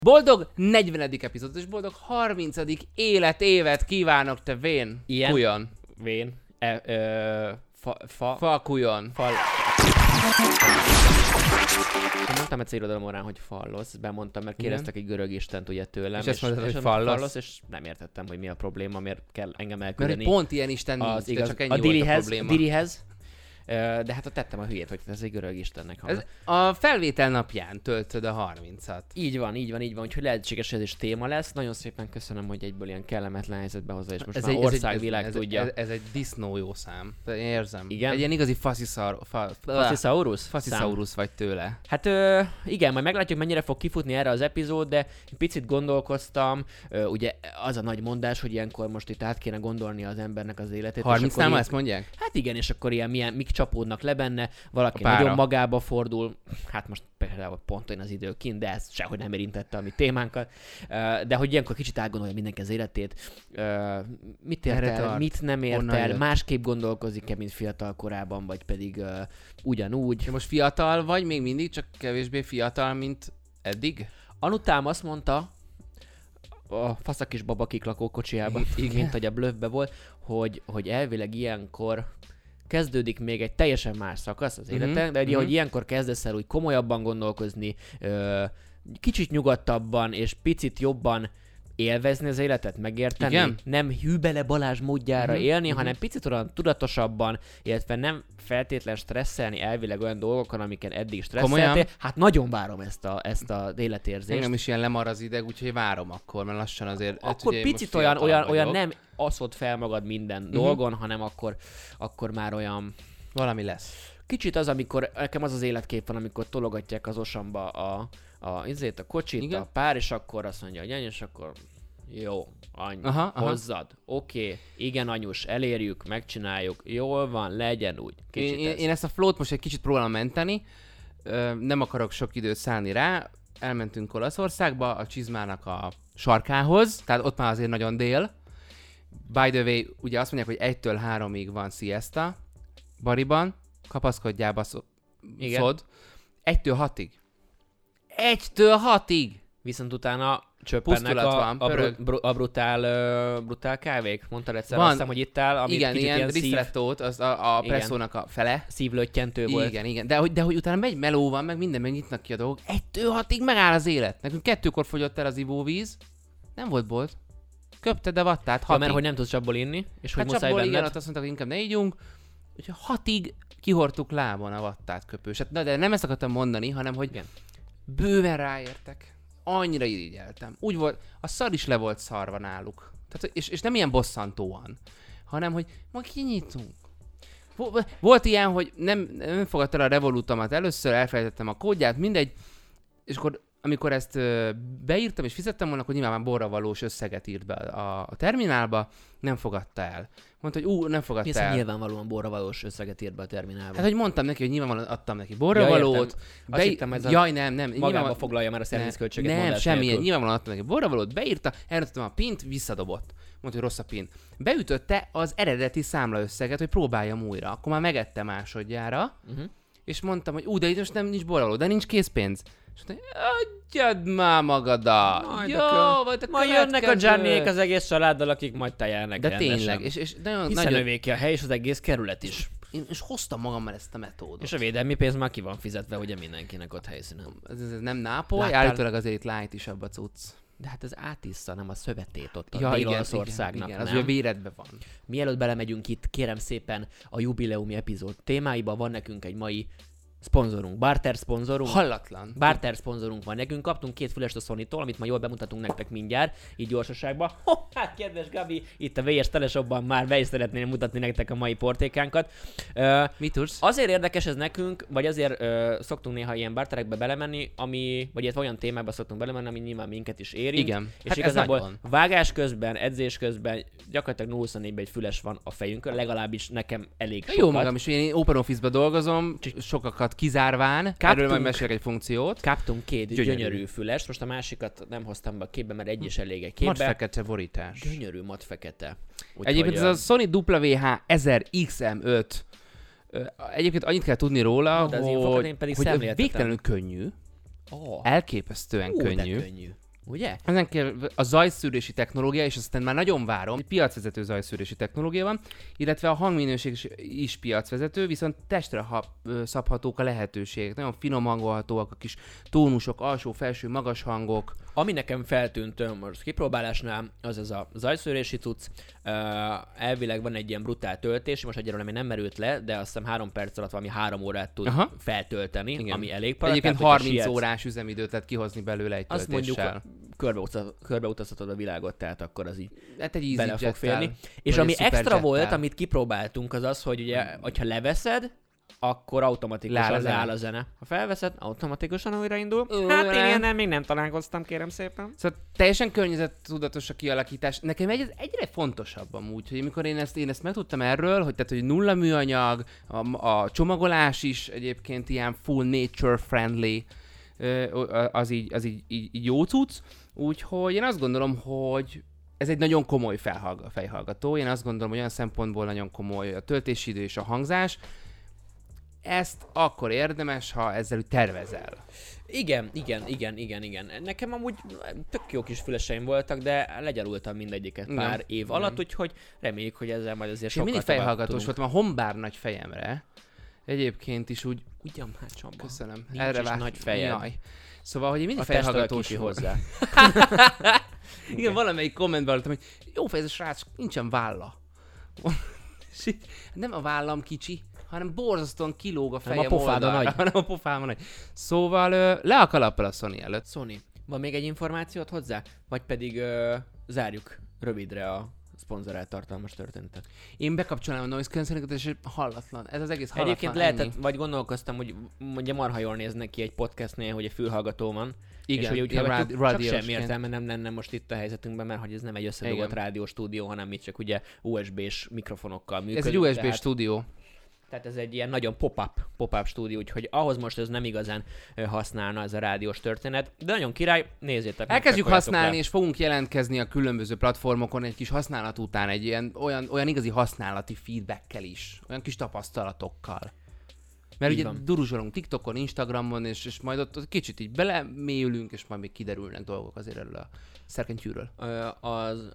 Boldog 40. epizód és boldog 30. életévet kívánok, te vén. Ilyen? Kujon. Vén. Fa kujon. Én mondtam egyszer irodalom órán, hogy fallosz, bemondtam, mert kérdeztek egy görög istent ugye tőlem. És ezt mondtad, hogy fallosz? És nem értettem, hogy mi a probléma, miért kell engem Mert elküldeni. pont ilyen isten nincs, de csak ennyi volt a probléma. Dirihez. De hát tettem a hülyét, hogy ez egy görög istennek hangzik. A felvétel napján töltöd a 30-at. Így van, úgyhogy lehetséges, hogy ez is téma lesz. Nagyon szépen köszönöm, hogy egyből ilyen kellemetlen helyzetbe hozza, és most már országvilág tudja. Ez egy disznó jó szám. Én érzem. Igen? Egy ilyen igazi faszisaurus vagy tőle. Hát igen, majd meglátjuk, mennyire fog kifutni erre az epizód, de picit gondolkoztam. Ugye az a nagy mondás, hogy ilyenkor most itt át kéne gondolni az embernek az életét. 30-nál ezt mondják? Hát igen, és akkor mik csapódnak le benne, valaki nagyon magába fordul, hát most például pont olyan az idő kint, de ez sehogy nem érintette a mi témánkat, de hogy ilyenkor kicsit átgondolja mindenki az életét, mit ért el, mit nem ért el, másképp gondolkozik-e, mint fiatal korában, vagy pedig ugyanúgy. De most fiatal vagy, még mindig, csak kevésbé fiatal, mint eddig? Anutám azt mondta, a faszakis babakik lakókocsijában, mint hogy a Bluffbe volt, hogy elvileg ilyenkor kezdődik még egy teljesen más szakasz az életen, de hogy ilyenkor kezdesz el úgy komolyabban gondolkozni, kicsit nyugodtabban és picit jobban élvezni az életet, megérteni, igen? Nem hűbele Balázs módjára élni, hanem picit olyan tudatosabban, illetve nem feltétlen stresszelni elvileg olyan dolgokon, amiken eddig stresszeltél. Hát nagyon várom ezt a életérzést. Engem is ilyen lemar az ideg, úgyhogy várom akkor, mert lassan azért... Akkor picit olyan nem aszod fel magad minden dolgon, hanem akkor már olyan... Valami lesz. Kicsit az, amikor nekem az életkép van, amikor tologatják az osamba a kocsit, igen? A pár, és akkor azt mondja, hogy és akkor jó, anyu, hozzad, oké, igen anyus, elérjük, megcsináljuk, jól van, legyen úgy. Én ezt a flót most egy kicsit próbálom menteni, nem akarok sok időt szállni rá, elmentünk Olaszországba, a csizmának a sarkához, tehát ott már azért nagyon dél. By the way, ugye azt mondják, hogy 1-től 3-ig van siesta bariban, kapaszkodjál szod. 1-től 6-ig. 1-től 6-ig! Viszont utána csöppennek a brutál kávék. Mondtad egyszer, azt hiszem, hogy itt áll, amit igen, kicsit ilyen ristrettót, az a presszónak a fele. Szívlöttyentő volt. Igen. De hogy utána megy meló van, meg minden, meg nyitnak ki a dolgok. 1-től 6-ig megáll az élet. Nekünk 2-kor fogyott el az ivóvíz. Nem volt bolt. Köpted a vattát 6-ig. Mert hogy nem tudsz csapból inni, és hogy muszáj csapból, benned. Igen, azt mondták, hogy inkább ne ígyunk. Úgyhogy 6-ig kihortuk lábon a vattát köpős. Hát, de nem ezt akartam mondani, hanem hogy igen. Bőven ráértek. Annyira irigyeltem. Úgy volt, a szar is le volt szarva náluk. Tehát, és nem ilyen bosszantóan, hanem, hogy ma kinyitunk. Volt ilyen, hogy nem fogadta el a Revolutomat először, elfelejtettem a kódját, mindegy, és akkor amikor ezt beírtam és fizettem volna, akkor nyilván borravalós összeget írt be a terminálba, nem fogadta el. Mondta, hogy nem fogadta el. Nyilvánvalóan borravalós összeget írt be a terminálba. Hát, hogy mondtam neki, hogy nyilvánvalóan adtam neki borravalót. Azt hittem, ez nem. Magába foglalja már a szervizköltséget. Nem, semmilyen. Nyilvánvalóan adtam neki borravalót, beírta, elrendettem a pint, visszadobott. Mondta, hogy rossz a pin. Beütötte az eredeti számlaösszeget, hogy próbáljam újra. Akkor már megette másodjára, és mondtam, hogy de itt most nem nincs borravaló, de nincs készpénz. És mondta, adjad már magadat! Majd jönnek a Gianniék az egész családdal, akik majd tejelnek. De tényleg, és nagyon övéki a hely, és az egész kerület is. És hoztam magammal ezt a metódot. És a védelmi pénz már ki van fizetve, ugye mindenkinek ott helyszínen. Ez nem Nápoly, állítólag azért itt light is abba cucc. De hát ez átissza, nem a szövetét ott a Dél-Olaszországnak. Igen, az ugye véredben van. Mielőtt belemegyünk itt, kérem szépen a jubileumi epizód témáiba, van nekünk egy mai szponzorunk, barter szponzorunk. Hallatlan. Barter szponzorunk van nekünk, kaptunk 2 fülest a Sony-tól, amit ma jól bemutatunk nektek mindjárt, így gyorsaságban. Hát kedves Gabi, itt a VS Teleshopban már be is szeretném mutatni nektek a mai portékánkat. Mit tudsz? Azért érdekes ez nekünk, vagy azért szoktunk néha ilyen barterekbe belemenni, vagy olyan témába szoktunk belemenni, ami nyilván minket is érint. Igen. És hát igazából vágás közben, edzés közben gyakorlatilag 0-4-ben egy füles van a fejünkön, legalábbis nekem elég sokat. Jó magam is, én Open Office-ba dolgozom, sokakat kizárván, erről majd mesélek egy funkciót. Kaptunk 2 gyönyörű fülest, most a másikat nem hoztam be a képbe, mert egy is elég egy képbe. Matfekete borítás. Gyönyörű matfekete. Egyébként ez a Sony WH-1000XM5. Egyébként annyit kell tudni róla, hogy végtelenül könnyű. Elképesztően könnyű. Ugye? Ezen kívül a zajszűrési technológia, és aztán már nagyon várom, egy piacvezető zajszűrési technológia van, illetve a hangminőség is piacvezető, viszont testre szabhatók a lehetőségek. Nagyon finom hangolhatóak a kis tónusok, alsó, felső, magas hangok. Ami nekem feltűnt most kipróbálásnál, az ez a zajszűrési cucc. Elvileg van egy ilyen brutál töltés, most egyelőre még nem merült le, de azt hiszem 3 perc alatt valami 3 órát tud feltölteni, igen. Ami elég para. Egyébként 30 órás üzemidőt lehet kihozni belőle egy azt töltéssel. Mondjuk körbeutazhatod a világot, tehát akkor az így hát egy bele fog férni. És ami extra volt, amit kipróbáltunk, az az, hogy ugye, hogyha leveszed, akkor automatikusan leáll a zene. Ha felveszed, automatikusan újraindul. Hát én ilyennel még nem találkoztam, kérem szépen. Szóval teljesen környezettudatos a kialakítás. Nekem egyre fontosabb amúgy, hogy amikor én ezt megtudtam erről, hogy nulla műanyag, a csomagolás is egyébként ilyen full nature friendly, az így jó cucc. Úgyhogy én azt gondolom, hogy ez egy nagyon komoly fejhallgató. Én azt gondolom, hogy olyan szempontból nagyon komoly a töltési idő és a hangzás. Ezt akkor érdemes, ha ezzel úgy tervezel. Igen. Nekem amúgy tök jó kis füleseim voltak, de legyarultam mindegyiket pár év alatt, úgyhogy reméljük, hogy ezzel majd azért sokkal mindig fejhallgatós voltam a hombár nagy fejemre. Egyébként is úgy... Ugyan hát Csaba. Köszönöm. Nincs erre is nagy fejed. Jaj. Szóval, hogy én mindig fejhallgatós hozzá. Igen, valamelyik kommentben hallottam, hogy jó fej ez a srác, nincsen válla. Nem a vállam kicsi, hanem borzasztóan kilóg a fejem oldalra. Hanem a pofád nagy. Szóval le a kalappal a Sony előtt. Sony, van még egy információt hozzá? Vagy pedig zárjuk rövidre a szponzorált tartalmas történetet? Én bekapcsolnám a noise cancellinget, és hallatlan. Ez az egész hallatlan. Egyébként lehetett, vagy gondolkoztam, hogy mondja marha jól néznek ki egy podcastnél, hogy egy fülhallgató van. Igen, és hogy úgy hallgatjuk, csak semmi értelme nem lenne most itt a helyzetünkben, mert hogy ez nem egy összedugott rádióstúdió, hanem itt csak ugye USB-s mikrofonokkal működik. Ez egy USB stúdió. Tehát ez egy ilyen nagyon pop-up stúdió, úgyhogy ahhoz most ez nem igazán használna ez a rádiós történet. De nagyon király, nézzétek meg. Elkezdjük használni, és fogunk jelentkezni a különböző platformokon egy kis használat után, egy ilyen olyan igazi használati feedbackkel is, olyan kis tapasztalatokkal. Mert ugye duruzsolunk TikTokon, Instagramon, és majd ott kicsit így belemélyülünk, és majd még kiderülnek dolgok azért erről a szerkentyűről. Az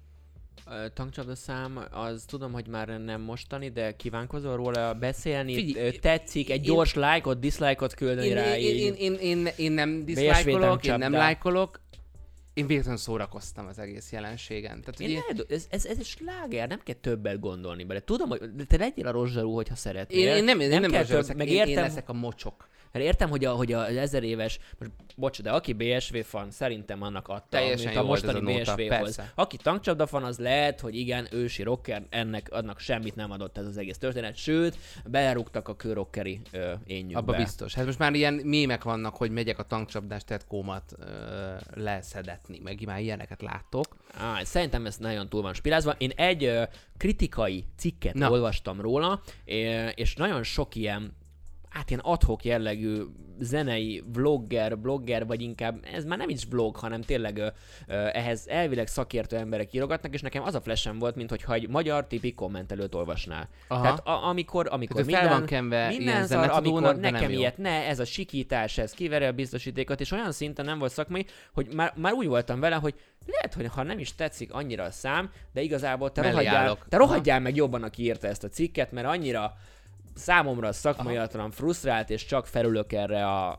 tankcsapda szám, az tudom, hogy már nem mostani, de kívánkozol róla beszélni, figyelj, tetszik, egy gyors lájkot, diszlájkot küldeni rá így. Én nem diszlájkolok, én nem lájkolok. Én véletlenül szórakoztam az egész jelenségen. Tehát, ez egy sláger, nem kell többet gondolni bele. Tudom, hogy te legyél a rozsarú, hogyha szeretnél. Én nem rozsarú, én leszek a mocsok. Mert értem, hogy az 1000 éves, most bocs, de aki BSV fan, szerintem annak adta, teljesen mint a mostani BSV-hoz. Aki tankcsapda fan, az lehet, hogy igen, ősi rocker, annak semmit nem adott ez az egész történet, sőt, belerúgtak a kőrockeri énnyükbe. Abba biztos. Hát most már ilyen mémek vannak, hogy megyek a tankcsapdás tetkómat leszedetni, meg már ilyeneket láttok. Szerintem ez nagyon túl van spirázva. Én egy kritikai cikket olvastam róla, és nagyon sok ilyen ad-hoc jellegű zenei blogger, vagy inkább, ez már nem is vlog, hanem tényleg ehhez elvileg szakértő emberek írogatnak, és nekem az a flashem volt, mintha egy magyar tipik kommentelőt olvasnál. Aha. Tehát amikor minden szar, amikor nekem ilyet, ez a sikítás, ez kiveri a biztosítékot, és olyan szinten nem volt szakmai, hogy már úgy voltam vele, hogy lehet, hogy ha nem is tetszik annyira a szám, de igazából te rohadjál meg jobban, aki írta ezt a cikket, mert annyira számomra szakmaiatlan frusztrált, és csak felülök erre a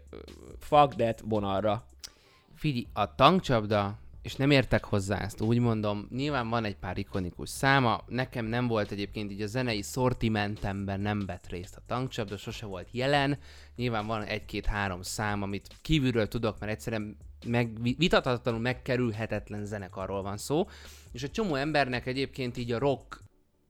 fuck that vonalra. Figyelj, a tankcsapda, és nem értek hozzá ezt, úgy mondom, nyilván van egy pár ikonikus száma, nekem nem volt egyébként így a zenei szortimentemben nem vett részt a tankcsapda, sose volt jelen, nyilván van 1-2-3 szám, amit kívülről tudok, mert egyszerűen vitathatatlanul megkerülhetetlen zenekarról van szó, és egy csomó embernek egyébként így a rock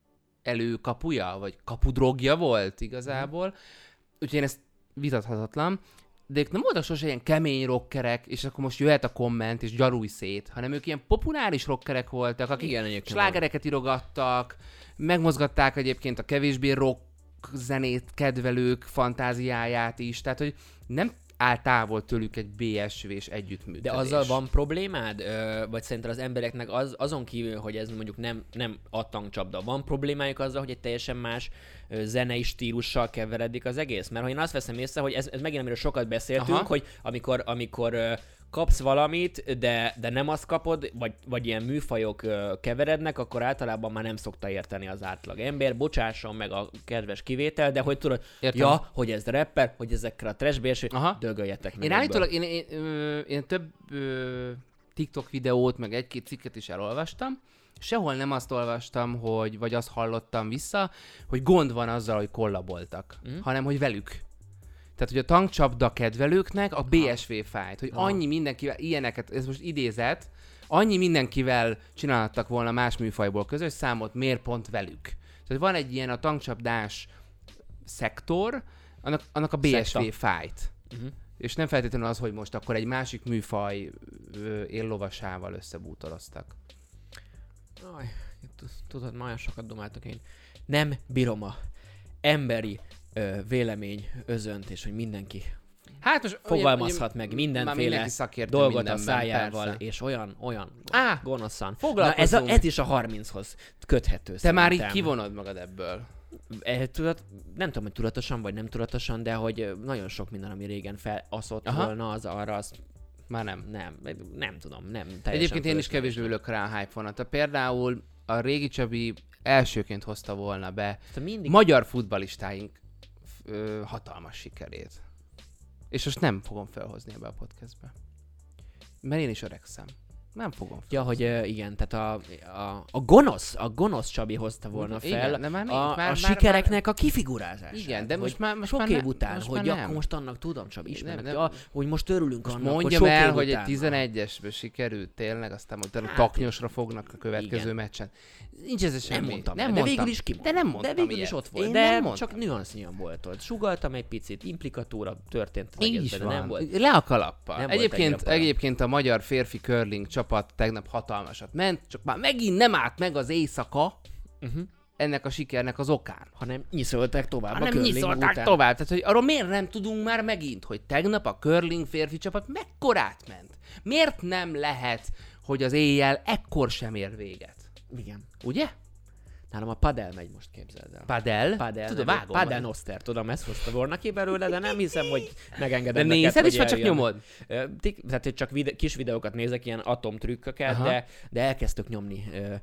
előkapuja, vagy kapudrogja volt igazából, úgyhogy én ezt vitathatatlan, de ők nem voltak sose ilyen kemény rockerek, és akkor most jöhet a komment, és gyarulj szét, hanem ők ilyen populáris rockerek voltak, akik slágereket írogattak, megmozgatták egyébként a kevésbé rock zenét kedvelők fantáziáját is, tehát hogy nem áll távol tőlük egy BSV-s együttműködés. De azzal van problémád? Vagy szerintem az embereknek azon kívül, hogy ez mondjuk nem a tankcsapda, van problémájuk azzal, hogy egy teljesen más zenei stílussal keveredik az egész? Mert ha én azt veszem észre, hogy ez megint amiről sokat beszéltünk, hogy amikor kapsz valamit, de nem azt kapod, vagy ilyen műfajok keverednek, akkor általában már nem szokta érteni az átlag ember. Bocsásson meg a kedves kivétel, de hogy tudod, ja, hogy ez rapper, hogy ezekkel a trashbérső, dögöljetek meg. Én állítólag, én több TikTok videót, meg egy-két cikket is elolvastam, sehol nem azt olvastam, vagy azt hallottam vissza, hogy gond van azzal, hogy kollaboltak, hanem hogy velük. Tehát, hogy a tankcsapda kedvelőknek a BSV fájt, hogy annyi mindenkivel, ilyeneket, ez most idézet, annyi mindenkivel csinálhattak volna más műfajból közös számot, miért pont velük. Tehát van egy ilyen a tankcsapdás szektor, annak a BSV fájt. És nem feltétlenül az, hogy most akkor egy másik műfaj éllovasával összebútoroztak. Tudod, nagyon sokat domáltak én. Nem bírom a emberi vélemény özönt, és hogy mindenki fogalmazhat meg mindenféle dolgot a szájával, persze. És olyan gonoszan. Ez is a 30-hoz köthető. Te már így kivonod magad ebből. Nem tudom, hogy tudatosan vagy nem tudatosan, de hogy nagyon sok minden, ami régen felaszott volna, az arra azt már nem. Nem tudom, nem teljesen. Egyébként én is kevésbé ülök rá a hype vonatra. Például a régi Csabi elsőként hozta volna be magyar futballistáink hatalmas sikerét. És most nem fogom felhozni ebbe a podcastbe. Mert én is öregszem. Nem fogom fel. Ja, hogy igen, tehát a gonosz Csabi hozta volna fel igen, a sikereknek a kifigurázását. Igen, de most már sok év után, most hogy már akkor most annak tudom, Csabi, ismerek, hogy most örülünk most annak, mondjam hogy el, hogy egy 11-esből sikerült tényleg, aztán majd taknyosra fognak a következő meccsen. Nincs ez semmi. Nem mondtam, de végül is kimondtam. De nem mondtam de végül is ott volt. De csak nüansznyian volt ott. Sugaltam egy picit, implikatúra történt az egészben, de nem volt. Le a kalappal. Egyébként a magyar férfi curling csapat tegnap hatalmasat ment, csak már megint nem állt meg az éjszaka ennek a sikernek az okán. Hanem nyiszolták tovább a curling nyiszolták után. tovább. Tehát, hogy arról miért nem tudunk már megint, hogy tegnap a curling férfi csapat mekkorát ment? Miért nem lehet, hogy az éjjel ekkor sem ér véget? Igen. Ugye? Nálam a padel megy most, képzeld el. Padel? Tudom, vágom. Padel Noster, tudom, ezt hozta volna ki belőle, de nem hiszem, hogy megengedem de neked, nézed is, vagy csak nyomod? Tehát csak kis videókat nézek, ilyen atomtrükköket, de elkezdtük nyomni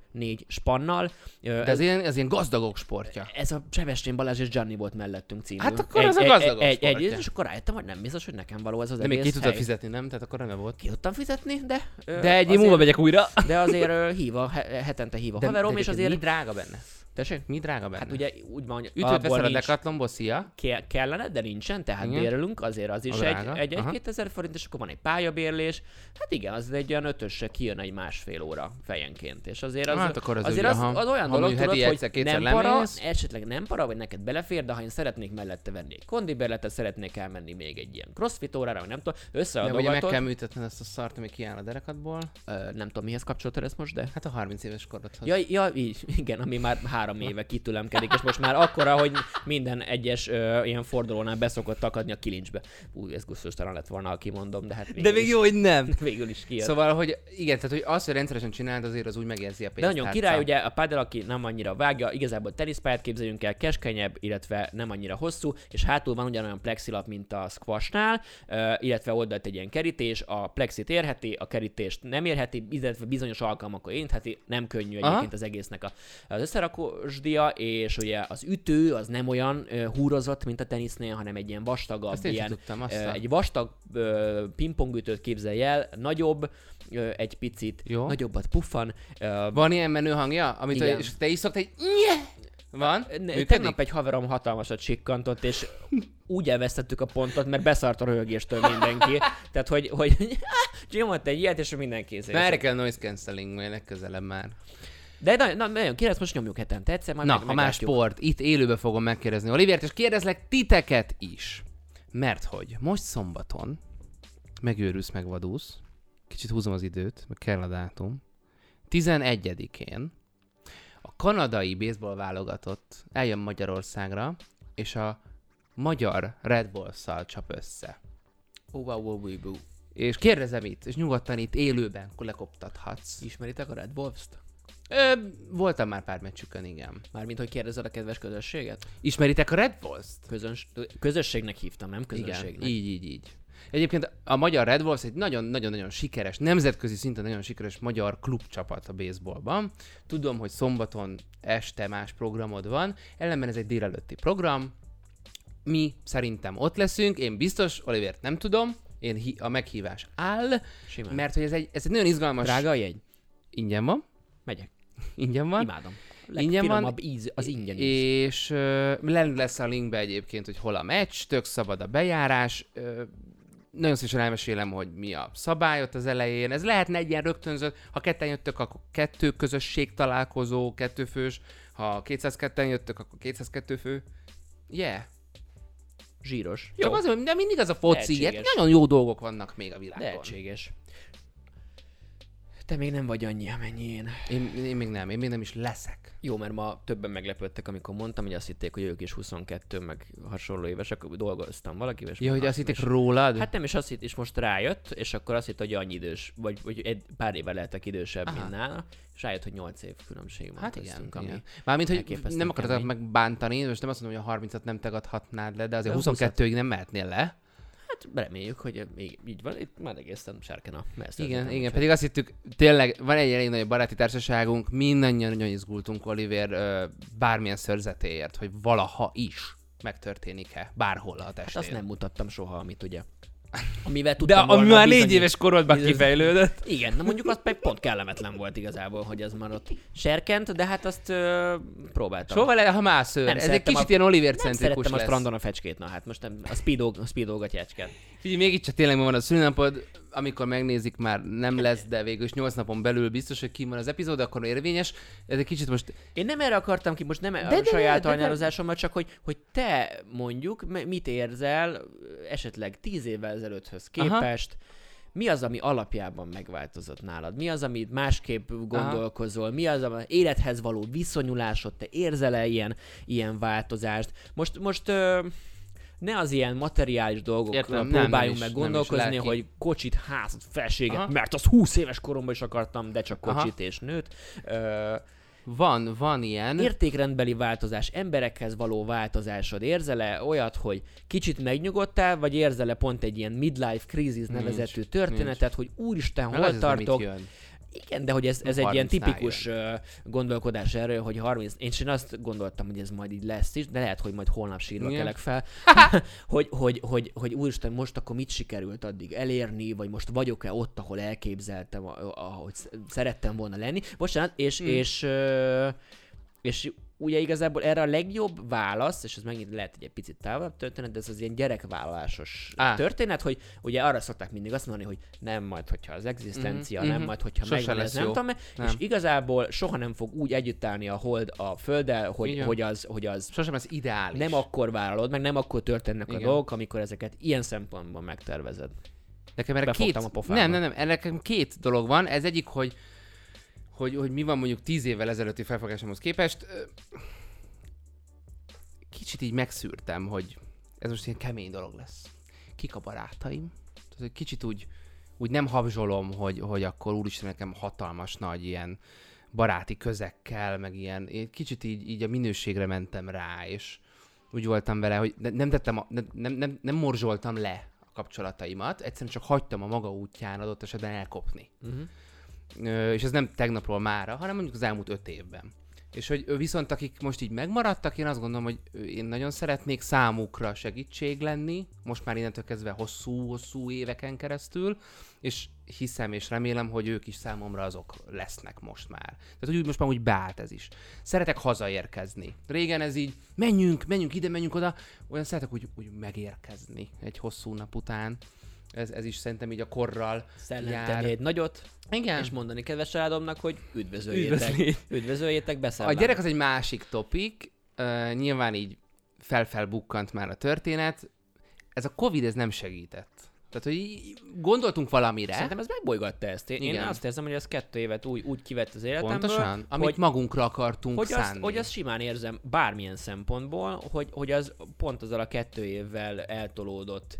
4 spannal. De ez ilyen gazdagok sportja. Ez a Sebestyén Balázs és Gianni volt mellettünk című. Hát akkor az a gazdagok sportja. És akkor rájöttem, hogy nem biztos, hogy nekem való ez az de egész még ki tudtad fizetni, nem? Tehát akkor nem volt. Ki tudtam fizetni, de egy év múlva megyek újra. De azért hetente hív a haverom, és azért... Mi drága benne? Tessék? Mi drága benne? Hát ugye úgy van, hogy ütőt veszel a Decathlonból, szia? Kellene, de nincsen, tehát bérelünk, azért az is egy 2000 forint, és akkor van egy pályabérlés. Hát igen, az egy olyan 5-ösre kijön egy 1,5 óra fejenként. És azért az, hát akkor az olyan dolog, tudod, hogy nem para, esetleg nem para, vagy neked belefér, de ha én szeretnék mellette venni egy kondibérletet, szeretnék elmenni még egy ilyen crossfit órára, vagy nem tudom, összeadogatod. Meg kell műtetned ezt a szart, ami kiáll a derekadból. Nem tudom, mihez kapcsoltad ezt most, de? Hát a 30 éves korodhoz. Ja, így, igen, ami már 3 éve kitülemkedik, és most már akkora, hogy minden egyes ilyen fordulónál beszokott akadni a kilincsbe. Ez gusztustalan lett volna, ha kimondom, de hát de még jó, hogy nem. Végül is kijött. Szóval, hogy igen, tehát hogy azt, hogy rendszeresen csináld, azért az úgy megérzi a pénzt. De nagyon király, ugye a padel, aki nem annyira vágja, igazából teniszpályát képzeljünk el, keskenyebb, illetve nem annyira hosszú, és hátul van ugyanolyan plexilap, mint a squashnál, illetve oldalt egy ilyen kerítés, a plexit érheti, a kerítést nem érheti, illetve bizonyos alkalmakkor érintheti, nem könnyű egyébként az egésznek az összerakósdia, és ugye az ütő az nem olyan húrozott, mint a tenisznél, hanem egy ilyen vastagabb, egy vastag pingpongütőt képzelj el, nagyobb, egy picit, nagyobbat puffan. Van ilyen menő hangja, amit és te is szoktál, van? Tegnap egy haverom hatalmasat sikkantott, és úgy elvesztettük a pontot, mert beszart a röhögéstől mindenki. Tehát, hogy nyomott egy ilyet, és mindenki kézzel. Merre kell noise cancelling, majd legközelebb már. De nagyon kérdez, most nyomjuk hetente egyszer. Na, ha más sport, itt élőben fogom megkérdezni Olivért, és kérdezlek titeket is. Mert hogy most szombaton megőrülsz, megvadulsz, kicsit húzom az időt, meg kell a dátum, 11-én a kanadai baseball válogatott eljön Magyarországra, és a magyar Red Bulls-szal csap össze. És kérdezem itt, és nyugodtan itt élőben lekoptathatsz. Ismeritek a Red Bulls-t? Voltam már pár meccsükön, igen. Mármint, hogy kérdezed a kedves közösséget? Ismeritek a Red Bulls-t? Közösségnek hívtam, nem közönségnek. Igen, így. Egyébként a magyar Red Wolves egy nagyon-nagyon sikeres, nemzetközi szinten nagyon sikeres magyar klubcsapat a baseballban. Tudom, hogy szombaton este más programod van, ellenben ez egy délelőtti program. Mi szerintem ott leszünk, én biztos, Olivért nem tudom, a meghívás áll, Simán. mert hogy ez egy nagyon izgalmas... Drága a jegy? Ingyen van. Megyek. Ingyen van. Imádom. Ingyen van, íz, az ingyen íz. és lesz a linkbe egyébként, hogy hol a meccs, tök szabad a bejárás. Nagyon szívesen elmesélem, hogy mi a szabály ott az elején. Ez lehetne egy ilyen rögtönzött, ha ketten jöttök, akkor 2 közösség találkozó, 2 fős, ha 202-en jöttök, akkor 202 fő. Yeah. Zsíros. Csak Jó. azért, de mindig az a foci, Lehetséges. nagyon jó dolgok vannak még a világon. Lehetséges. Te még nem vagy annyi, amennyi én. Én még nem is leszek. Jó, mert ma többen meglepődtek, amikor mondtam, hogy azt hitték, hogy ők is 22, meg hasonló évesek, dolgoztam valakivel. Ja, hogy azt hitték rólad? Hát nem is azt hitt, és most rájött, és akkor azt hitt, hogy annyi idős, vagy egy pár éve lehetek idősebb, mint nála, és rájött, hogy 8 év különbség van Hát köztünk, igen. ami Mármint, hogy elképesztően nem akarok kemény. megbántani, most nem azt mondom, hogy a 30-at nem tagadhatnád le, de azért De 22-ig nem mehetnél le. Hát reméljük, hogy még így van, itt már egészen sárken a Igen, pedig azt hittük, tényleg van egy elég nagy baráti társaságunk, mindannyian nagyon izgultunk Oliver bármilyen szörzetéért, hogy valaha is megtörténik-e bárhol a testén. Hát azt nem mutattam soha, amit ugye. Amivel De tudtam ami volna már 4 bizonyít- éves korodban kifejlődött. Igen, na mondjuk az pedig pont kellemetlen volt igazából, hogy az már ott serkent, de hát azt próbáltam. Soha ha más szőr. Nem Ez egy szerettem kicsit a- ilyen Nem Oliver-centrikus szerettem a lesz. strandon a fecskét, na hát most nem, a speedo gatyácskát. Figyelj, mégiscsak tényleg ma van a szülinapod, amikor megnézik, már nem lesz, de végül is 8 napon belül biztos, hogy kim van az epizód, akkor érvényes. Ez egy kicsit most... Én nem erre akartam ki, most nem de, a saját de. ajánlozásommal, csak hogy te mondjuk mit érzel esetleg 10 évvel ezelőtthöz képest, mi az, ami alapjában megváltozott nálad? Mi az, amit másképp gondolkozol? Mi az, ami élethez való viszonyulásod? Te érzel-e ilyen változást? Most ne az ilyen materiális dolgokra Értem, próbáljunk nem meg is gondolkozni, lelki. hogy kocsit, házat, felséget, Aha. mert az 20 éves koromban is akartam, de csak kocsit Aha. és nőt. Van ilyen. Értékrendbeli változás, emberekhez való változásod, érzel-e olyat, hogy kicsit megnyugodtál, vagy érzel-e pont egy ilyen midlife crisis nevezetű történetet, hogy úristen, Meg hol az, hogy mit tartok? jön. Igen, de hogy ez egy ilyen 30-nál tipikus gondolkodás erről, hogy 30... Én azt gondoltam, hogy ez majd így lesz is, de lehet, hogy majd holnap sírva Igen. kelek fel, hogy úristen, most akkor mit sikerült addig elérni, vagy most vagyok-e ott, ahol elképzeltem, ahogy szerettem volna lenni. Bocsánat, és ugye igazából erre a legjobb válasz, és ez megint lehet egy picit távolabb történet, de ez az ilyen gyerekvállalásos történet, hogy ugye arra szokták mindig azt mondani, hogy nem majd, hogyha az egzisztencia, nem majd, hogyha Sose megvan, lesz ez nem jó. tudom, Nem. és igazából soha nem fog úgy együtt állni a hold a földdel, hogy az Sosem ez ideális. nem akkor vállalod, meg nem akkor történnek a Igen. dolgok, amikor ezeket ilyen szempontból megtervezed. Nekem erre Befogtam a pofába. Nem, nekem 2 dolog van. Ez egyik, hogy mi van mondjuk 10 évvel ezelőtti felfogásomhoz képest. Kicsit így megszűrtem, hogy ez most ilyen kemény dolog lesz. Kik a barátaim? Tehát, hogy kicsit úgy nem habzsolom, hogy akkor úristen nekem hatalmas nagy ilyen baráti közekkel, meg ilyen. Én kicsit így a minőségre mentem rá, és úgy voltam vele, hogy nem morzsoltam le a kapcsolataimat, egyszerűen csak hagytam a maga útján adott esetben elkopni. És ez nem tegnapról mára, hanem mondjuk az elmúlt 5 évben. És hogy viszont akik most így megmaradtak, én azt gondolom, hogy én nagyon szeretnék számukra segítség lenni, most már innentől kezdve hosszú éveken keresztül, és hiszem és remélem, hogy ők is számomra azok lesznek most már. Tehát úgy most már úgy beállt ez is. Szeretek hazaérkezni. Régen ez így, menjünk ide, menjünk oda, olyan szeretek úgy megérkezni egy hosszú nap után. Ez is szerintem így a korral Szellemteni egy nagyot, igen. és mondani kedves családomnak, hogy üdvözöljétek, A beszállás. gyerek az egy másik topik, nyilván így felbukkant már a történet. Ez a Covid, ez nem segített. Tehát, hogy gondoltunk valamire. Szerintem ez megbolygatta ezt. Én azt érzem, hogy ez 2 évet úgy kivett az életemből. Pontosan, amit hogy, magunkra akartunk hogy szánni. hogy azt simán érzem bármilyen szempontból, hogy az pont azzal a 2 évvel eltolódott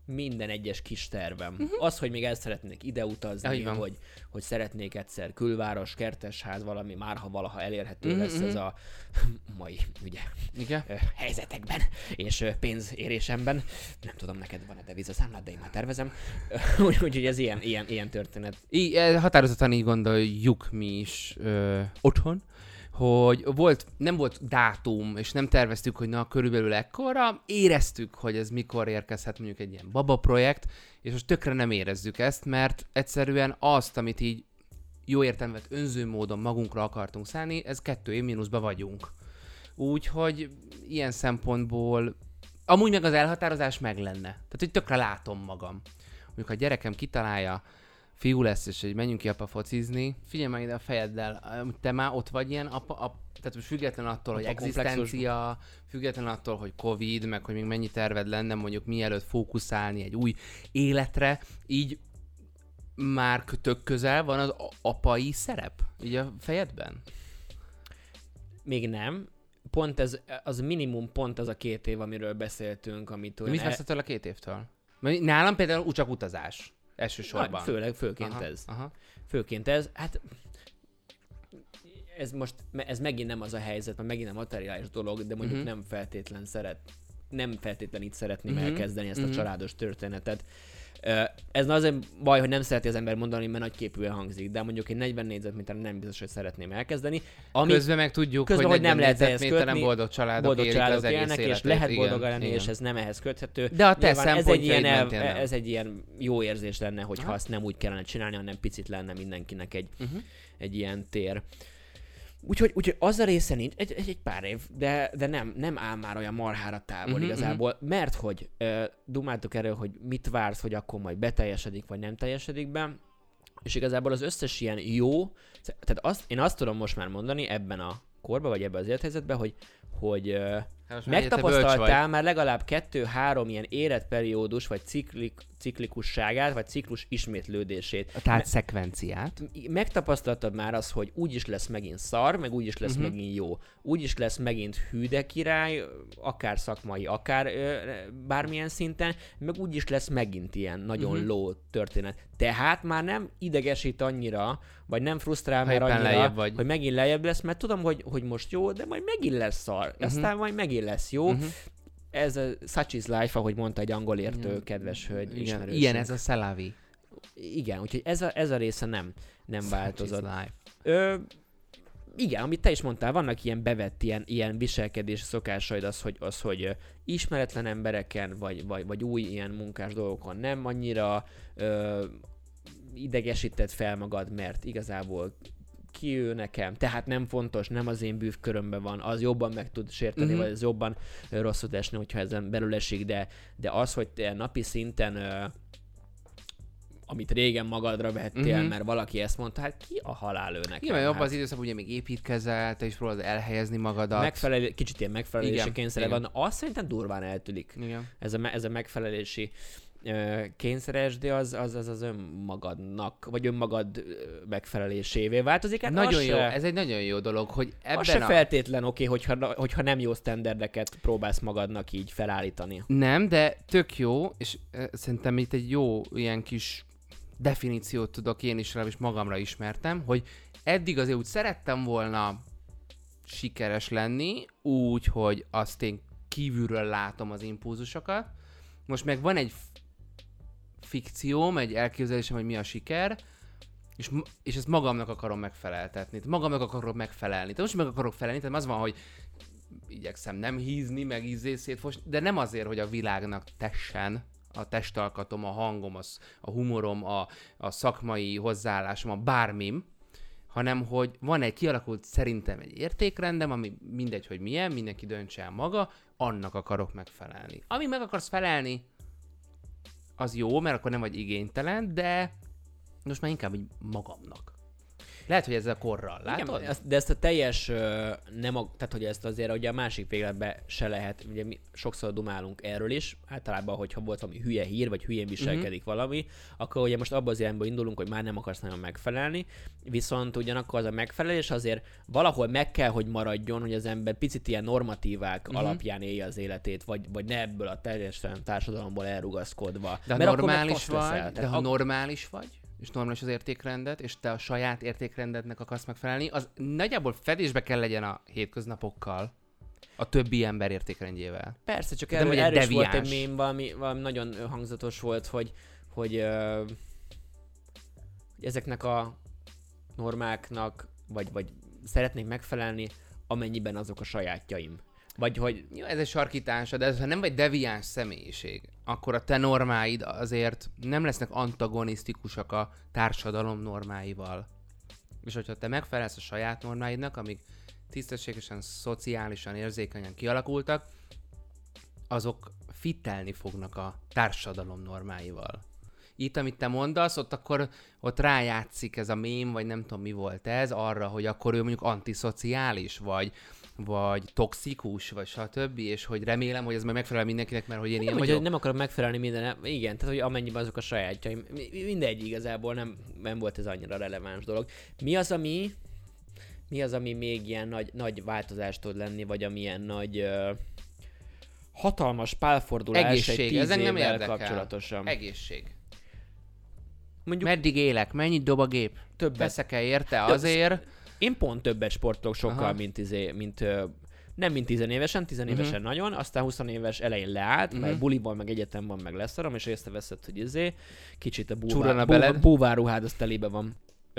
minden egyes kis tervem. Az, hogy még el szeretnék ide utazni, hogy szeretnék egyszer külváros, kertesház, valami már ha valaha elérhető lesz ez a mai ugye, helyzetekben és pénzérésemben. Nem tudom, neked van-e devizaszámlád, de én már tervezem. Úgyhogy ez ilyen történet. Határozottan így gondoljuk mi is otthon, hogy nem volt dátum, és nem terveztük, hogy na, körülbelül ekkora, éreztük, hogy ez mikor érkezhet mondjuk egy ilyen baba projekt, és most tökre nem érezzük ezt, mert egyszerűen azt, amit így jó értelmet önző módon magunkra akartunk szállni, ez 2 év mínuszba vagyunk. Úgyhogy ilyen szempontból amúgy meg az elhatározás meg lenne. Tehát, hogy tökre látom magam. Mondjuk, ha a gyerekem kitalálja, fiú lesz, és hogy menjünk ki apa focizni, figyelj meg ide a fejeddel, te már ott vagy ilyen tehát most független attól, hogy egzisztencia, független attól, hogy Covid, meg hogy még mennyi terved lenne, mondjuk mielőtt fókuszálni egy új életre, így már tök közel van az apai szerep, így a fejedben? Még nem. Pont ez, az minimum pont az a 2 év, amiről beszéltünk, amit olyan... Mit vesz ettől a 2 évtől? Nálam például csak utazás. Elsősorban. Főként ez. Főként ez. Hát ez megint nem az a helyzet, mert megint nem materiális dolog, de mondjuk nem feltétlen itt szeretném elkezdeni ezt a családos történetet. Ez azért baj, hogy nem szereti az ember mondani, mert nagyképűen hangzik, de mondjuk egy 40 négyzetméteren nem biztos, hogy szeretném elkezdeni. Közben meg tudjuk, hogy nem lehet ehhez kötni, boldog családok élnek, és lehet boldogan lenni, és ez nem ehhez köthető. De a te szempontjaid ez egy ilyen jó érzés lenne, hogyha azt nem úgy kellene csinálni, hanem picit lenne mindenkinek egy ilyen tér. Úgyhogy az a része nincs, egy pár év, de nem áll már olyan marhára távol igazából, mert hogy dumáltuk erről, hogy mit vársz, hogy akkor majd beteljesedik, vagy nem teljesedik be, és igazából az összes ilyen jó, tehát én azt tudom most már mondani ebben a korban, vagy ebben az élethelyzetben, hogy megtapasztaltál már legalább 2-3 ilyen életperiódus, vagy ciklikusságát, vagy ciklus ismétlődését. Tehát szekvenciát. Megtapasztaltad már azt, hogy úgyis lesz megint szar, meg úgyis lesz megint jó. Úgyis lesz megint hű de király, akár szakmai, akár bármilyen szinten, meg úgyis lesz megint ilyen nagyon low történet. Tehát már nem idegesít annyira, vagy nem frusztrál már annyira, hogy megint lejjebb lesz, mert tudom, hogy most jó, de majd megint lesz szar. Aztán majd megint lesz jó. Ez a such is life, ahogy mondta egy angol értő kedves hölgy ismerősünk. Ilyen ez a szelavi. Igen, úgyhogy ez a része nem változott. Igen, amit te is mondtál, vannak ilyen bevett, ilyen viselkedés szokásaid, az, hogy ismeretlen embereken, vagy új ilyen munkás dolgokon nem annyira idegesíted fel magad, mert igazából ki ő nekem, tehát nem fontos, nem az én bűvkörömben van, az jobban meg tud sérteni, vagy az jobban rosszul esni, hogyha ezen belül esik, de az, hogy te napi szinten amit régen magadra vettél, mert valaki ezt mondta, hát ki a halál ő nekem? Igen, jobb az időszak, ugye még építkezel, te is próbálod elhelyezni magadat. Kicsit ilyen megfelelési kényszere van, azt szerintem durván eltűnik. Igen. Ez a megfelelési kényszeresd, az önmagadnak, vagy önmagad megfelelésévé változik. Hát nagyon jó, ez egy nagyon jó dolog, hogy ebben az se feltétlen oké, hogyha nem jó sztenderdeket próbálsz magadnak így felállítani. Nem, de tök jó, és szerintem itt egy jó ilyen kis definíciót tudok én is, és magamra ismertem, hogy eddig azért úgy szerettem volna sikeres lenni, úgy, hogy azt én kívülről látom az impulzusokat. Most meg van egy fikcióm, egy elképzelésem, hogy mi a siker, és ezt magamnak akarom megfeleltetni. Magamnak akarok megfelelni. Tehát most meg akarok felelni, tehát az van, hogy igyekszem nem hízni, meg szétfosni, de nem azért, hogy a világnak tessen a testalkatom, a hangom, a humorom, a szakmai hozzáállásom, a bármim, hanem hogy van egy kialakult szerintem egy értékrendem, ami mindegy, hogy milyen, mindenki döntse el maga, annak akarok megfelelni. Amíg meg akarsz felelni, az jó, mert akkor nem vagy igénytelen, de most már inkább így magamnak. Lehet, hogy ezzel a korral, látod? Igen, de ezt a teljes, tehát hogy ezt azért ugye a másik végletbe se lehet, ugye mi sokszor dumálunk erről is, általában, hogyha volt valami hülye hír, vagy hülyén viselkedik valami, akkor ugye most abban az irányba indulunk, hogy már nem akarsz nagyon megfelelni, viszont ugyanakkor az a megfelelés azért valahol meg kell, hogy maradjon, hogy az ember picit ilyen normatívák alapján élje az életét, vagy ne ebből a teljesen társadalomból elrugaszkodva. De ha normális vagy, normális vagy, és normális az értékrendet, és te a saját értékrendednek akarsz megfelelni, az nagyjából fedésbe kell legyen a hétköznapokkal, a többi ember értékrendjével. Persze, csak erről is volt egy mém, valami nagyon hangzatos volt, hogy ezeknek a normáknak, vagy szeretnék megfelelni, amennyiben azok a sajátjaim. Vagy hogy... Jó, ez egy sarkítása, de ha nem vagy deviáns személyiség, akkor a te normáid azért nem lesznek antagonisztikusak a társadalom normáival. És hogyha te megfelelsz a saját normáidnak, amik tisztességesen, szociálisan, érzékenyen kialakultak, azok fittelni fognak a társadalom normáival. Itt, amit te mondasz, ott rájátszik ez a mém, vagy nem tudom mi volt ez, arra, hogy akkor ő mondjuk antiszociális, vagy toxikus, vagy stb. És hogy remélem, hogy ez majd megfelel mindenkinek, mert hogy én ilyen vagyok. Nem akarok megfelelni minden, igen, tehát hogy amennyiben azok a sajátjaim. Mindegy igazából nem volt ez annyira releváns dolog. Mi az, ami még ilyen nagy változást tud lenni, vagy amilyen nagy hatalmas pálfordulás egészség, egy 10 ez engem évvel érdekel. kapcsolatosan. Egészség. Mondjuk meddig élek? Mennyit dob a gép? Többet. Veszek-e érte azért? Én pont többet sportolok sokkal, nem mint 10 évesen, 10 évesen nagyon, aztán 20 éves elején leállt, mert buliban, meg egyetemben meg leszarom, és észreveszed, hogy kicsit a búvárruhád az telébe van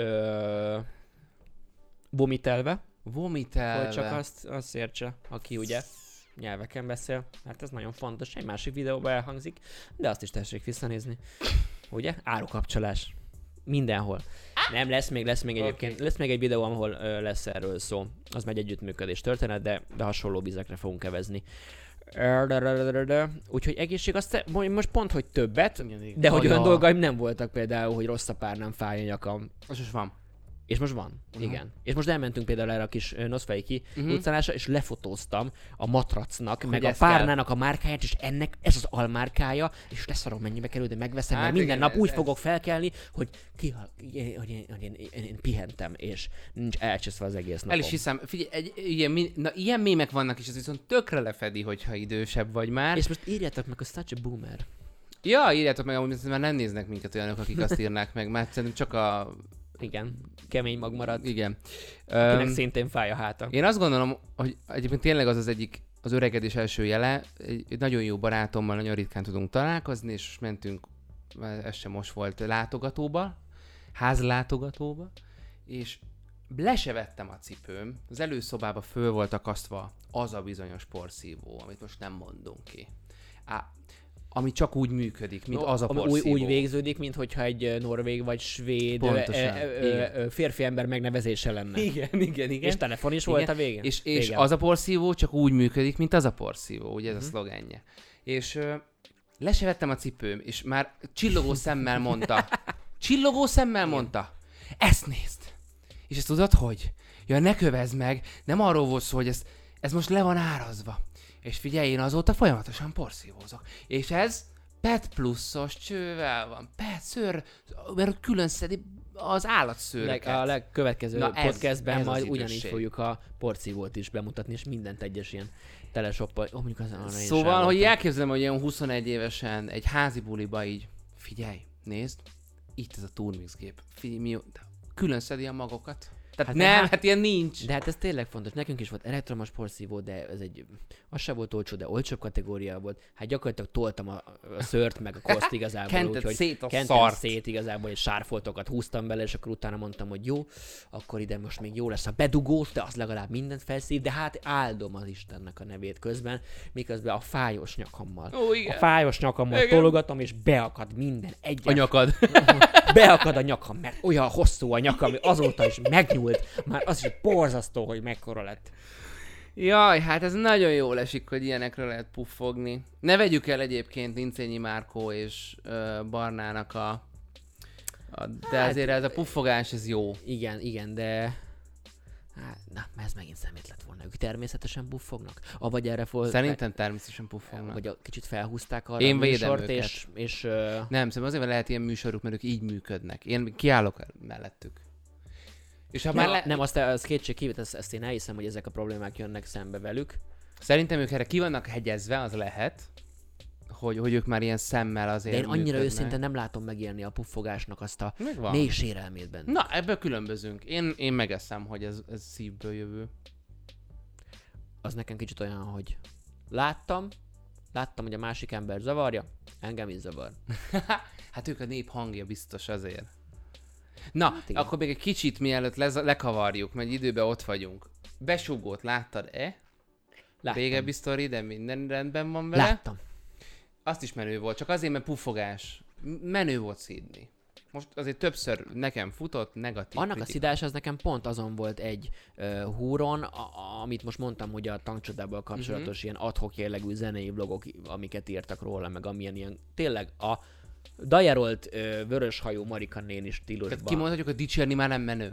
vomitelve. Hogy csak azt értse, aki ugye nyelveken beszél. Hát ez nagyon fontos, egy másik videóban elhangzik, de azt is tessék visszanézni. Ugye? Árukapcsolás. Mindenhol. Nem, lesz még egyébként. Okay. Lesz még egy videó, ahol lesz erről szó. Az megy együttműködés történet, de hasonló vizekre fogunk evezni. Úgyhogy egészség, most pont, hogy többet, de hogy olyan dolgaim nem voltak például, hogy rossz a párnám, fáj a nyakam. Az is van. És most van, igen. És most elmentünk például erre a kis Noszfejki utcálásra, és lefotóztam a matracnak, meg a párnának a márkáját, és ennek ez az almárkája, és leszarom mennyibe kerül, de megveszem, mert minden nap úgy fogok felkelni, hogy én pihentem, és nincs elcseszve az egész napom. El is hiszem, figyelj, ilyen mémek vannak is, ez viszont tökre lefedi, hogyha idősebb vagy már. És most írjátok meg, hogy such a boomer. Ja, írjátok meg, amúgy már nem néznek minket olyanok, akik azt írnák meg, mert szerintem csak a... Igen, kemény mag marad. Igen. Akinek szintén fáj a háta. Én azt gondolom, hogy egyébként tényleg az öregedés első jele. Egy nagyon jó barátommal nagyon ritkán tudunk találkozni, és mentünk, ez sem most volt, házlátogatóba, és le se vettem a cipőm. Az előszobába föl volt akasztva az a bizonyos porszívó, amit most nem mondunk ki. Ami csak úgy működik, mint az a porszívó. Úgy végződik, mint hogyha egy norvég vagy svéd férfi ember megnevezése lenne. Igen. És telefon is volt a végén. És az a porszívó csak úgy működik, mint az a porszívó, ugye ez a szlogenje. És le se vettem a cipőm, és már csillogó szemmel mondta. Ezt nézd! És ezt tudod, hogy? Ja, ne kövezd meg, nem arról volt szó, hogy ez most le van árazva. És figyelj, én azóta folyamatosan porszívózok. És ez PET pluszos csővel van. Mert külön szedi az állatszőröket. A legkövetkező podcastben majd ugyanígy fogjuk a porszívót is bemutatni, és mindent egyes ilyen telesoppal. Szóval, hogy elképzelem, hogy ilyen 21 évesen egy házi buliba így, figyelj, nézd, itt ez a Turmix gép. Figyelj, külön szedi a magokat. Tehát hát ilyen nincs. De hát ez tényleg fontos. Nekünk is volt elektromos porszívó, de az se volt olcsó, de olcsóbb kategória volt. Hát gyakorlatilag toltam a szőrt, meg a koszt igazából. Kented szét igazából, és sárfoltokat húztam bele, és akkor utána mondtam, hogy jó, akkor ide most még jó lesz a bedugós, de az legalább mindent felszív, de hát áldom az Istennek a nevét közben, miközben a fájos nyakammal. A fájos nyakammal tologatom, és beakad minden egyet. A nyakad. Beakad a nyakam, mert olyan hosszú a nyakam, hogy azóta is megnyúlt. Már az is borzasztó, hogy mekkora lett. Jaj, hát ez nagyon jól esik, hogy ilyenekről lehet puffogni. Ne vegyük el egyébként Lincényi Márkó és Barnának De azért ez a puffogás, ez jó. Igen, de... Na, ez megint szemét lett volna. Ők természetesen puffognak? Vagy erre Szerintem természetesen puffognak. Vagy kicsit felhúzták arra én a műsort, őket. és Nem, szerintem azért lehet ilyen műsoruk, mert ők így működnek. Én kiállok mellettük. És ha már nem, azt kétségkívül, ezt én elhiszem, hogy ezek a problémák jönnek szembe velük. Szerintem ők erre ki vannak hegyezve, az lehet, hogy ők már ilyen szemmel azért de én annyira működnek. őszintén nem látom megélni a puffogásnak azt a Megvan. mély sérelmét benne. Na, ebből különbözünk. Én megeszem, hogy ez szívből jövő. Az nekem kicsit olyan, hogy láttam, hogy a másik ember zavarja, engem is zavar. Hát ők a nép hangja biztos azért. Na, Hát akkor még egy kicsit mielőtt lekavarjuk, mert időben ott vagyunk. Besúgót láttad-e? Láttam. Régebbi sztori, de minden rendben van vele? Láttam. Azt is menő volt, csak azért, mert puffogás. Menő volt szídni. Most azért többször nekem futott, negatív Annak kritika. a szidás az nekem pont azon volt egy húron, amit most mondtam, hogy a tankcsodával kapcsolatos ilyen ad-hoc jellegű zenei vlogok, amiket írtak róla, meg amilyen ilyen, tényleg a dajarolt vöröshajú Marika néni stílusban. Tehát kimondhatjuk, hogy dicsérni már nem menő.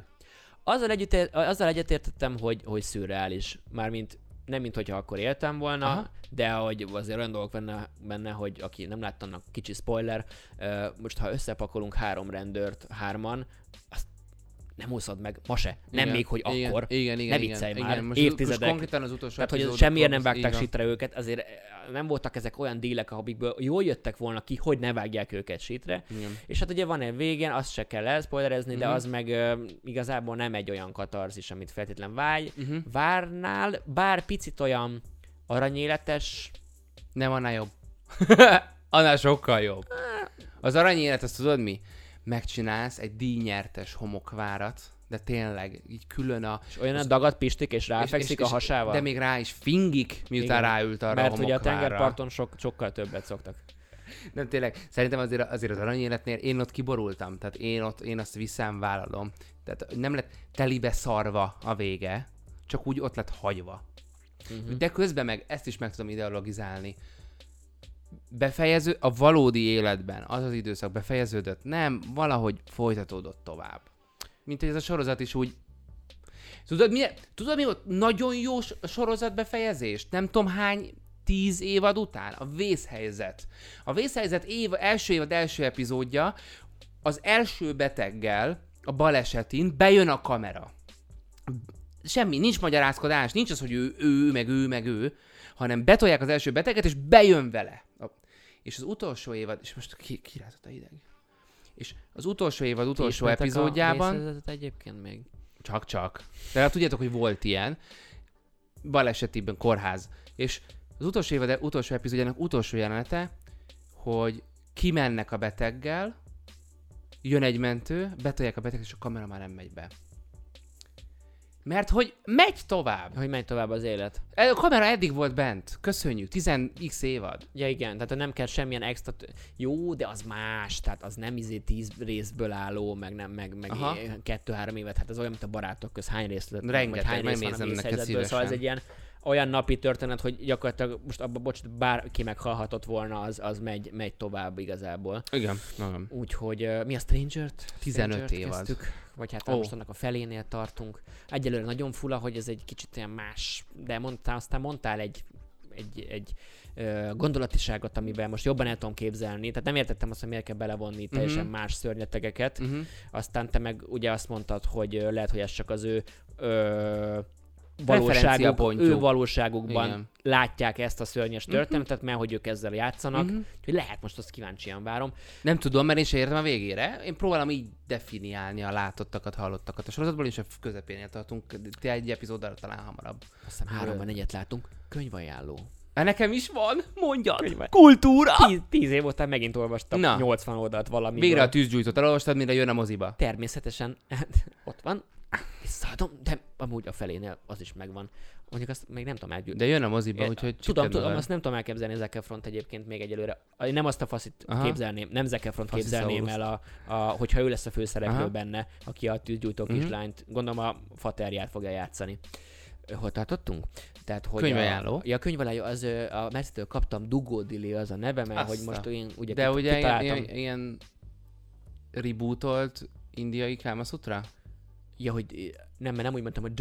Azzal egyetértettem, hogy szürreális. Mármint nem mint hogyha akkor éltem volna, Aha. de hogy azért olyan dolgok benne, hogy aki nem látta, annak kicsi spoiler, most ha összepakolunk 3 rendőrt 3-an, azt nem úszod meg, ma se. Nem Igen, még, hogy igen, akkor. igen, Ne viccelj igen, már, igen. Most évtizedek. konkrétan az utolsó Tehát, hogy epizódokról semmiért nem most vágták így van. sítre őket, azért nem voltak ezek olyan dílek, amikből jól jöttek volna ki, hogy ne vágják őket sítre. Igen. És hát ugye van egy végén, azt se kell elszpoilerezni, de az meg igazából nem egy olyan katarzis, amit feltétlen várnál, bár picit olyan aranyéletes. Nem, annál jobb. Annál sokkal jobb. Az aranyélet, azt tudod mi? Megcsinálsz egy díjnyertes homokvárat, de tényleg, így külön És olyan dagad pistik, és ráfekszik a hasával. De még rá is fingik, miután Igen. ráült arra Mert a ugye a homokvárra. tengerparton sokkal többet szoktak. Nem, tényleg, szerintem azért az aranyéletnél én ott kiborultam, tehát én azt visszám vállalom. Tehát nem lett telibe szarva a vége, csak úgy ott lett hagyva. De közben meg ezt is meg tudom ideologizálni. A valódi életben az időszak befejeződött, nem, valahogy folytatódott tovább. Mint hogy ez a sorozat is úgy... Tudod mi volt? Nagyon jó sorozatbefejezés? Nem tudom hány 10 évad után? A vészhelyzet. A vészhelyzet első évad első epizódja, az első beteggel a balesetin bejön a kamera. Semmi, nincs magyarázkodás, nincs az, hogy ő, meg ő, hanem betolják az első beteget, és bejön vele. És az utolsó évad, és most kirázott a hideg. És az utolsó évad utolsó epizódjában... egyébként még. Csak. De hát tudjátok, hogy volt ilyen. Balesetében kórház. És az utolsó évad utolsó epizódjának utolsó jelenete, hogy kimennek a beteggel, jön egy mentő, betolják a beteget, és a kamera már nem megy be. Mert hogy megy tovább. Hogy megy tovább az élet. A kamera eddig volt bent. Köszönjük. 10x évad. Ja igen, tehát nem kell semmilyen extra... Jó, de az más, tehát az nem 10 részből álló, meg 2-3 évet, hát ez olyan, mint a Barátok köz. Hány rész lett? Rengeteg, hány rész van a megnézem neked vészhelyzetből, szóval ez szívesen. egy ilyen olyan napi történet, hogy gyakorlatilag most abban, bárki meghalhatott volna, az megy tovább igazából. Igen. Úgyhogy mi a Stranger-t? 15 évad. Kezdtük, vagy hát most annak a felénél tartunk. Egyelőre nagyon fura, hogy ez egy kicsit olyan más, de aztán mondtál egy gondolatiságot, amivel most jobban el tudom képzelni. Tehát nem értettem azt, hogy miért kell belevonni teljesen más szörnyetegeket. Aztán te meg ugye azt mondtad, hogy lehet, hogy ez csak az ő valóságukban igen. Látják ezt a szörnyes történetet, mert hogy ők ezzel játszanak. Úgyhogy lehet, most azt kíváncsian várom. Nem tudom, mert én sem értem a végére. Én próbálom így definiálni a látottakat, hallottakat. A sorozatból is a közepénél tartunk, te egy epizódra talán hamarabb. Azt hiszem 3-ban egyet látunk. Könyvajánló. Nekem is van, mondjad. Kultúra! 10 év után megint olvastam 80 oldalt valamiből. Végre a tűzgyújtót elolvastad, mire jön a moziba. Természetesen. Ott van. Visszaadom, de amúgy a felénél az is megvan. Mondjuk azt még nem tudom elgyűjteni. De jön a moziba, úgyhogy... Tudom, azt nem tudom elképzelni Zac Efront egyébként még egyelőre. Nem azt a faszit képzelném, nem Zac Efront képzelném el, hogyha ő lesz a főszereplő benne, aki a tűzgyújtó kislányt, gondolom a faterját fogja játszani. Hol tartottunk? Tehát, hogy könyvajánló. A könyvajánló, az a Mercitől kaptam, Dugó Dili az a neve, mert hogy most én ugye de ugye kitaláltam. ilyen rebootolt indiai Kama Sutra? Ja, hogy mert nem úgy mondtam, hogy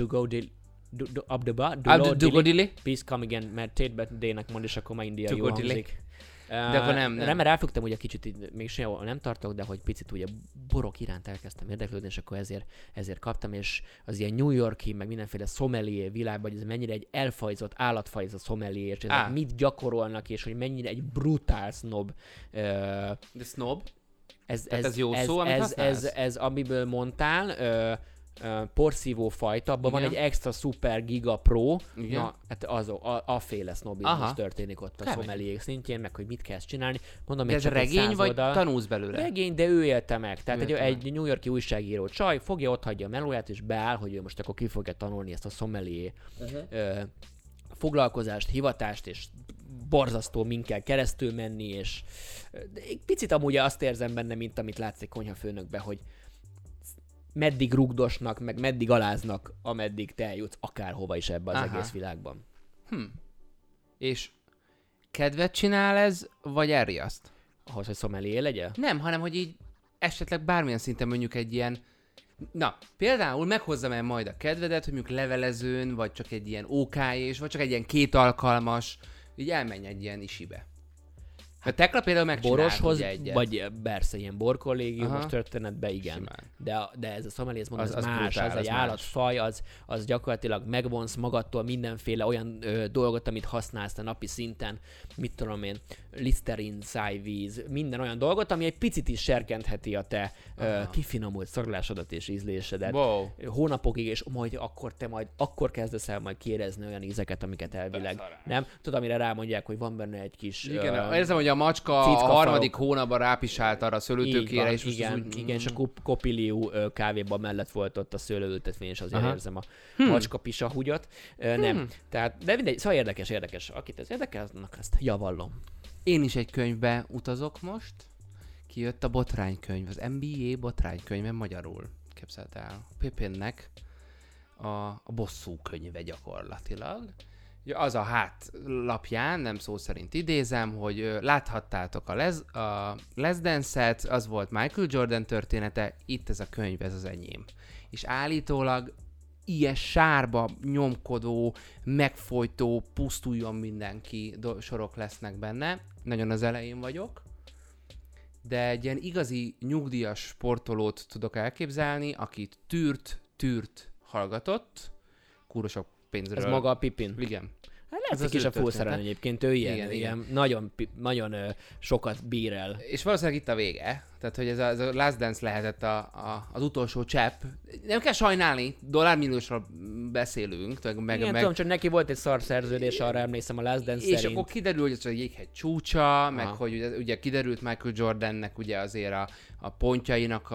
Dugodili? Please come again, mert Tate-Day-nek mond, és akkor már indiai jó hangzik. De akkor nem. Mert ráfogtam, hogy kicsit így, még sehol nem tartok, de hogy picit ugye borok iránt elkezdtem érdeklődni, és akkor ezért kaptam, és az ilyen New York-i, meg mindenféle sommelier világban, hogy ez mennyire egy elfajzott, állatfaj ez a sommelier, és ezek mit gyakorolnak, és hogy mennyire egy brutál snob. De snob? Ez jó szó, amit használsz? Ez amiből mondtál, porszívó fajta, abban van egy extra super giga pro, na, hát az a féle sznobizmus történik ott a sommelier szintjén, meg hogy mit kell csinálni. Mondom, de ez regény, vagy tanulsz belőle? Regény, de ő élte meg. Tehát egy New York-i újságíró csaj fogja, ott hagyja a melóját, és beáll, hogy ő most akkor ki fogja tanulni ezt a sommelier foglalkozást, hivatást, és borzasztó min kell keresztül menni, és egy picit amúgy azt érzem benne, mint amit látszik konyhafőnökben, hogy meddig rugdosnak, meg meddig aláznak, ameddig te eljutsz akárhova is ebbe az egész világban. És kedvet csinál ez, vagy elriaszt? Ahhoz, hogy sommelier legyen? Nem, hanem hogy így esetleg bármilyen szinten mondjuk egy ilyen... Na, például meghozzam majd a kedvedet, hogy mondjuk levelezőn, vagy csak egy ilyen OK-és, vagy csak egy ilyen 2 alkalmas, így elmenj egy ilyen isibe. A Tekla például megcsinált boroshoz, egyet. Vagy persze ilyen borkollégiumos történetben, igen. De ez a sommelier, ez más, brutál, az egy állatfaj, az gyakorlatilag megvonsz magadtól mindenféle olyan dolgot, amit használsz a napi szinten, mit tudom én, liszterin, szájvíz, minden olyan dolgot, ami egy picit is serkentheti a te kifinomult szaglásodat és ízlésedet. Wow. Hónapokig, és akkor kezdesz el majd kiérezni olyan ízeket, amiket elvileg nem. Tudod, amire rámondják, hogy van benne egy kis... Igen, érzem, hogy a macska a harmadik hónapban rápisált arra a szőlőtőkére, és igen, és a kopiliú kávéban mellett volt ott a szőlőültetvény, és azért érzem a macska pisahúgyot. Nem, tehát, de mindegy, szóval érdekes. Akit ez érdekel, annak ezt javallom. Én is egy könyvbe utazok most. Kijött a botránykönyv, az NBA botránykönyve magyarul. Képzeld el. Pippinnek a bosszú könyve gyakorlatilag. Az a hátlapján, nem szó szerint idézem, hogy láthattátok a Les Dance-et, az volt Michael Jordan története, itt ez a könyv, ez az enyém. És állítólag ilyen sárba nyomkodó, megfojtó, pusztuljon mindenki sorok lesznek benne. Nagyon az elején vagyok. De egy ilyen igazi nyugdíjas sportolót tudok elképzelni, akit tűrt hallgatott, kurva sok pénzről. Ez maga a Pippin? Igen. Látszik is a fullszerelem egyébként, ő ilyen nagyon sokat bír el. És valószínűleg itt a vége. Tehát, hogy ez a Last Dance lehetett az utolsó csepp. Nem kell sajnálni, dollármilliósról beszélünk. Tudom, csak neki volt egy szar szerződés, arra emlékszem a Last Dance és szerint. akkor kiderül, hogy ez a jéghegy csúcsa, meg hogy ugye kiderült Michael Jordannek ugye azért a pontjainak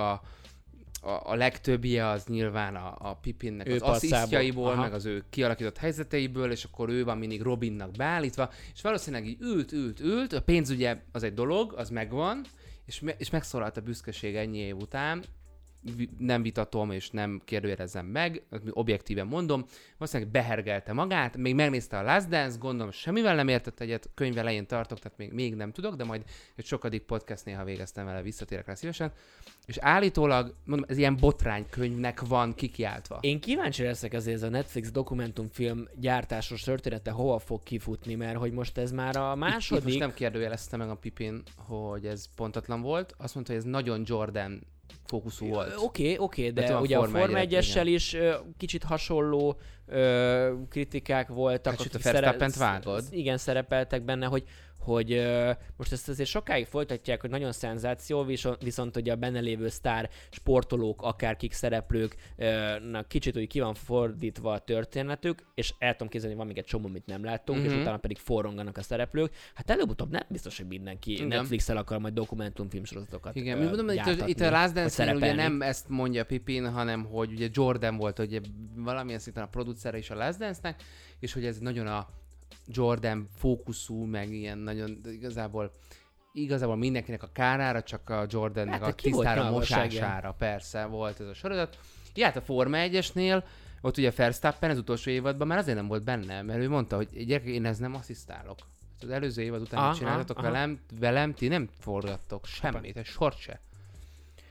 a legtöbbje az nyilván a Pippinnek az asszisztjaiból, meg az ő kialakított helyzeteiből, és akkor ő van mindig Robinnak beállítva, és valószínűleg így ült, a pénz ugye az egy dolog, az megvan, és megszólalt a büszkeség ennyi év után, nem vitatom és nem kérdőjelezem meg, objektíven mondom, valószínűleg behergelte magát, még megnézte a Last Dance, gondolom semmivel nem értett egyet, könyv elején tartok, tehát még nem tudok, de majd egy sokadik podcastnél, ha végeztem vele, visszatérek rá szívesen, és állítólag, mondom, ez ilyen botránykönyvnek van kikiáltva. Én kíváncsi leszek azért ez a Netflix dokumentumfilm gyártásos története hova fog kifutni, mert hogy most ez már a második... Itt most nem kérdőjelezte meg a Pippin, hogy ez pontatlan volt, azt mondta, hogy ez nagyon Jordan fókuszú volt. Oké, de ugye a Forma 1-essel is kicsit hasonló kritikák voltak. Hát a Verstappent vágod. Igen, szerepeltek benne, hogy most ezt azért sokáig folytatják, hogy nagyon szenzáció, viszont ugye a benne lévő sztár sportolók, akárkik szereplők, kicsit úgy ki van fordítva a történetük, és el tudom képzelni, hogy van még egy csomó, amit nem láttunk, és utána pedig forronganak a szereplők. Hát előbb-utóbb nem biztos, hogy mindenki Netflix-el akar majd dokumentumfilmsorozatokat gyártatni. Itt a Last Dance-nél ugye nem ezt mondja Pippin, hanem hogy ugye Jordan volt ugye valamilyen szinten a producere is a Last Dance-nek, és hogy ez nagyon a Jordan fókuszú, meg ilyen nagyon igazából mindenkinek a kárára, csak a Jordannek a tisztára mosására, persze volt ez a sorozat. Hát a Forma 1-esnél, ott ugye Verstappen az utolsó évadban már azért nem volt benne, mert ő mondta, hogy gyerekek, én ezt nem asszisztálok. Az előző évad után mit csináltatok velem, ti nem forgattok semmit, egy sort se.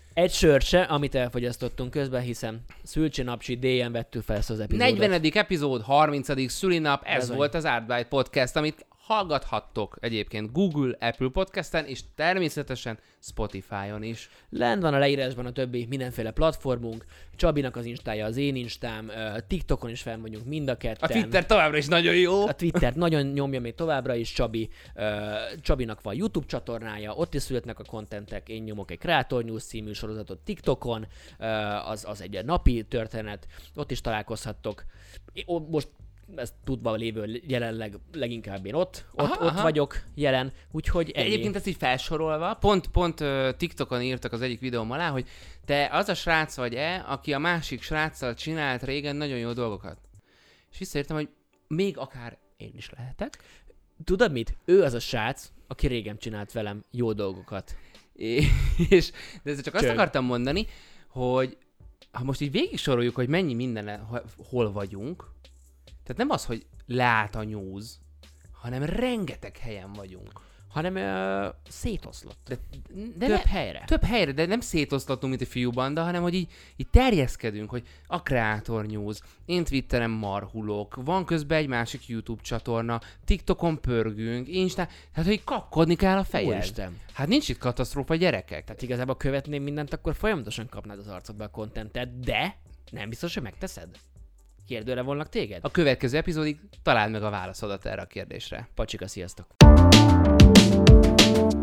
Egy sört se, amit elfogyasztottunk közben, hiszen Szülcsi Napcsi délen vettük fel ezt az epizódot. 40. epizód, 30. szülinap, ez Bizony. volt az Artbyte Podcast, amit hallgathattok egyébként Google, Apple Podcasten, és természetesen Spotify-on is. Lent van a leírásban a többi mindenféle platformunk, Csabinak az instája, az én instám, TikTokon is fenn vagyunk mind a ketten. A Twitter továbbra is nagyon jó. A Twittert nagyon nyomja még továbbra is Csabinak van YouTube csatornája, ott is születnek a kontentek, én nyomok egy Creator News című sorozatot TikTokon, az egy napi történet, ott is találkozhattok. Most ezt tudva lévő jelenleg leginkább én ott vagyok jelen, úgyhogy ennyi. Egyébként ezt így felsorolva, pont TikTokon írtak az egyik videóm alá, hogy te az a srác vagy-e, aki a másik sráccal csinált régen nagyon jó dolgokat. És visszaértem, hogy még akár én is lehetek. Tudod mit? Ő az a srác, aki régen csinált velem jó dolgokat. De ezzel csak azt akartam mondani, hogy ha most így végig soroljuk, hogy mennyi minden, hol vagyunk, tehát nem az, hogy leállt a news, hanem rengeteg helyen vagyunk. Hanem szétoszlott. De több helyre. Több helyre, de nem szétoszlatunk, mint a fiúbanda, hanem hogy így terjeszkedünk, hogy a Creator News, én Twitteren marhulok, van közben egy másik YouTube csatorna, TikTokon pörgünk, Instán, tehát hogy kapkodni kell a fejed. Úristen. Hát nincs itt katasztrófa, gyerekek. Tehát igazából követném mindent, akkor folyamatosan kapnád az arcodba a kontentet, de nem biztos, hogy megteszed. Kérdőre vonlak téged? A következő epizódig találd meg a válaszodat erre a kérdésre. Pacsika, sziasztok!